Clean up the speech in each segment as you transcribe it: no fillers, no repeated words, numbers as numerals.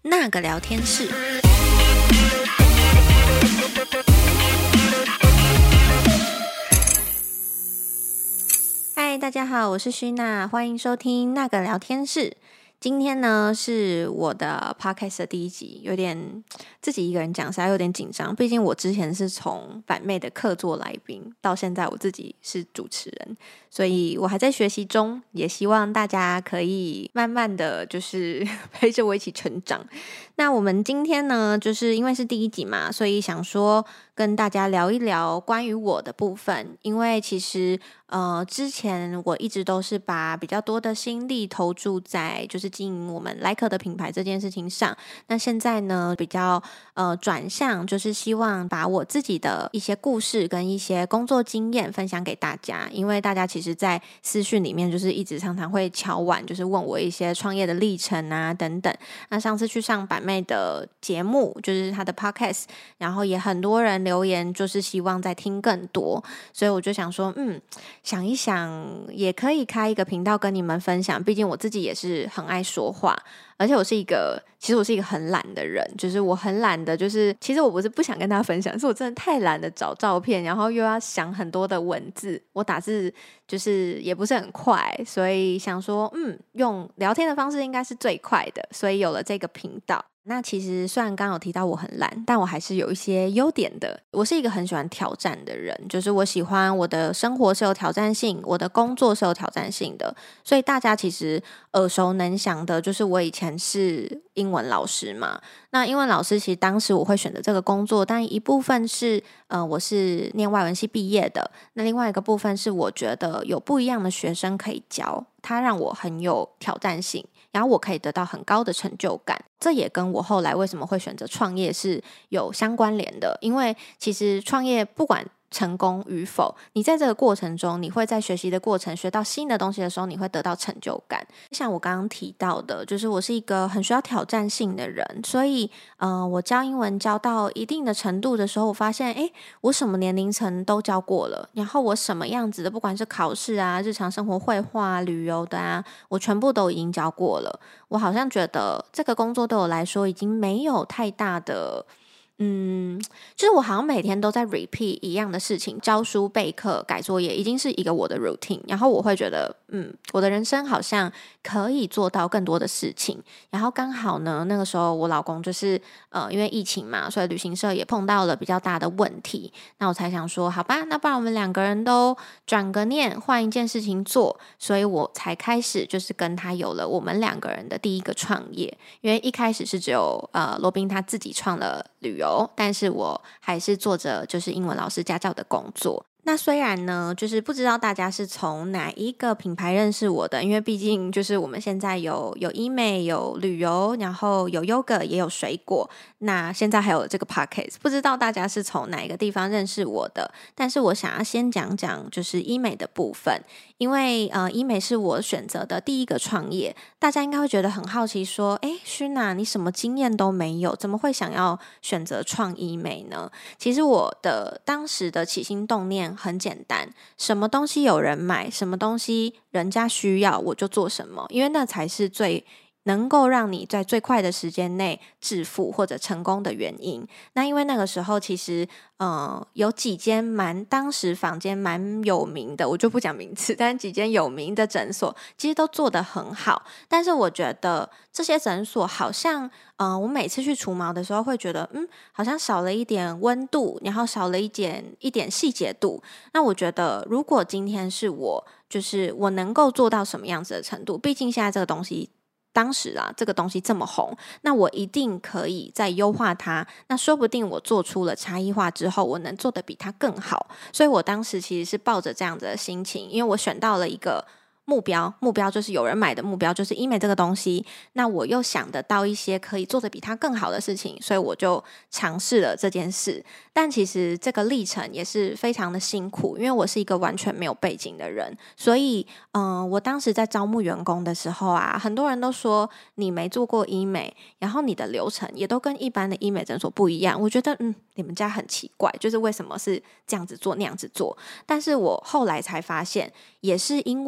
那个聊天室。嗨，大家好，我是虚娜，欢迎收听那个聊天室。今天呢是我的 podcast 的第一集，有点自己一个人讲，实在有点紧张。毕竟我之前是从板妹的客座来宾，到现在我自己是主持人，所以我还在学习中，也希望大家可以慢慢的就是陪着我一起成长。那我们今天呢，就是因为是第一集嘛，所以想说跟大家聊一聊关于我的部分，因为其实之前我一直都是把比较多的心力投注在就是经营我们莱可的品牌这件事情上。那现在呢，比较转向就是希望把我自己的一些故事跟一些工作经验分享给大家，因为大家其实在私讯里面就是一直常常会敲碗，就是问我一些创业的历程啊等等。那上次去上板妹的节目，就是她的 podcast， 然后也很多人留言，就是希望再听更多，所以我就想说想一想也可以开一个频道跟你们分享，毕竟我自己也是很爱说话，而且其实我是一个很懒的人，就是我很懒的，就是其实我不是不想跟大家分享，是我真的太懒得找照片，然后又要想很多的文字，我打字就是也不是很快，所以想说用聊天的方式应该是最快的，所以有了这个频道。那其实虽然刚刚有提到我很懒，但我还是有一些优点的。我是一个很喜欢挑战的人，就是我喜欢我的生活是有挑战性，我的工作是有挑战性的。所以大家其实耳熟能详的，就是我以前是英文老师嘛。那英文老师其实当时我会选择这个工作，但一部分是我是念外文系毕业的，那另外一个部分是我觉得有不一样的学生可以教，它让我很有挑战性，然后我可以得到很高的成就感。这也跟我后来为什么会选择创业是有相关联的，因为其实创业不管成功与否，你在这个过程中，你会在学习的过程学到新的东西的时候，你会得到成就感。像我刚刚提到的，就是我是一个很需要挑战性的人，所以我教英文教到一定的程度的时候，我发现我什么年龄层都教过了，然后我什么样子的，不管是考试啊、日常生活绘画、旅游的啊，我全部都已经教过了。我好像觉得这个工作对我来说已经没有太大的就是我好像每天都在 repeat 一样的事情，教书、备课、改作业，已经是一个我的 routine。然后我会觉得，我的人生好像可以做到更多的事情。然后刚好呢，那个时候我老公就是因为疫情嘛，所以旅行社也碰到了比较大的问题。那我才想说，好吧，那不然我们两个人都转个念，换一件事情做。所以我才开始就是跟他有了我们两个人的第一个创业。因为一开始是只有罗宾他自己创了旅游，但是我还是做着就是英文老师家教的工作。那虽然呢，就是不知道大家是从哪一个品牌认识我的，因为毕竟就是我们现在有医美、有旅游，然后有 yoga 也有水果，那现在还有这个 podcast， 不知道大家是从哪一个地方认识我的。但是我想要先讲讲就是医美的部分，因为医美是我选择的第一个创业，大家应该会觉得很好奇说，虚娜你什么经验都没有，怎么会想要选择创医美呢？其实我的当时的起心动念很简单，什么东西有人买，什么东西人家需要，我就做什么，因为那才是最能够让你在最快的时间内致富或者成功的原因。那因为那个时候其实有几间当时坊间蛮有名的，我就不讲名字，但几间有名的诊所其实都做得很好。但是我觉得这些诊所好像我每次去除毛的时候会觉得好像少了一点温度，然后少了一点细节度。那我觉得如果今天是就是我能够做到什么样子的程度，毕竟现在这个东西当时这个东西这么红，那我一定可以再优化它，那说不定我做出了差异化之后，我能做得比它更好。所以我当时其实是抱着这样子的心情，因为我选到了一个目标就是有人买的目标，就是医美这个东西，那我又想得到一些可以做得比它更好的事情，所以我就尝试了这件事。但其实这个历程也是非常的辛苦，因为我是一个完全没有背景的人，所以我当时在招募员工的时候很多人都说你没做过医美，然后你的流程也都跟一般的医美诊所不一样，我觉得你们家很奇怪，就是为什么是这样子做那样子做。但是我后来才发现，也是因为我不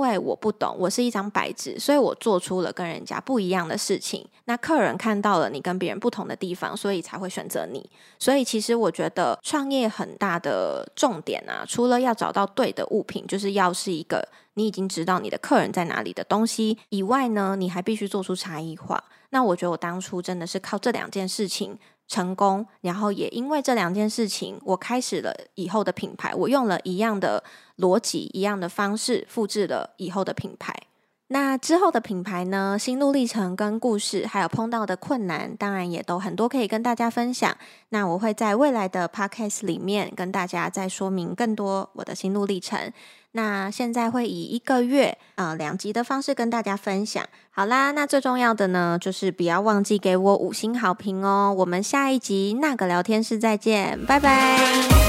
不懂，我是一张白纸，所以我做出了跟人家不一样的事情，那客人看到了你跟别人不同的地方，所以才会选择你。所以其实我觉得创业很大的重点啊，除了要找到对的物品，就是要是一个你已经知道你的客人在哪里的东西以外呢，你还必须做出差异化。那我觉得我当初真的是靠这2件事情成功，然后也因为这2件事情，我开始了以后的品牌，我用了一样的逻辑，一样的方式，复制了以后的品牌。那之后的品牌呢，心路历程跟故事，还有碰到的困难，当然也都很多可以跟大家分享。那我会在未来的 podcast 里面跟大家再说明更多我的心路历程。那现在会以1个月2集的方式跟大家分享。好啦，那最重要的呢，就是不要忘记给我5星好评哦。我们下一集那个聊天室再见，拜拜。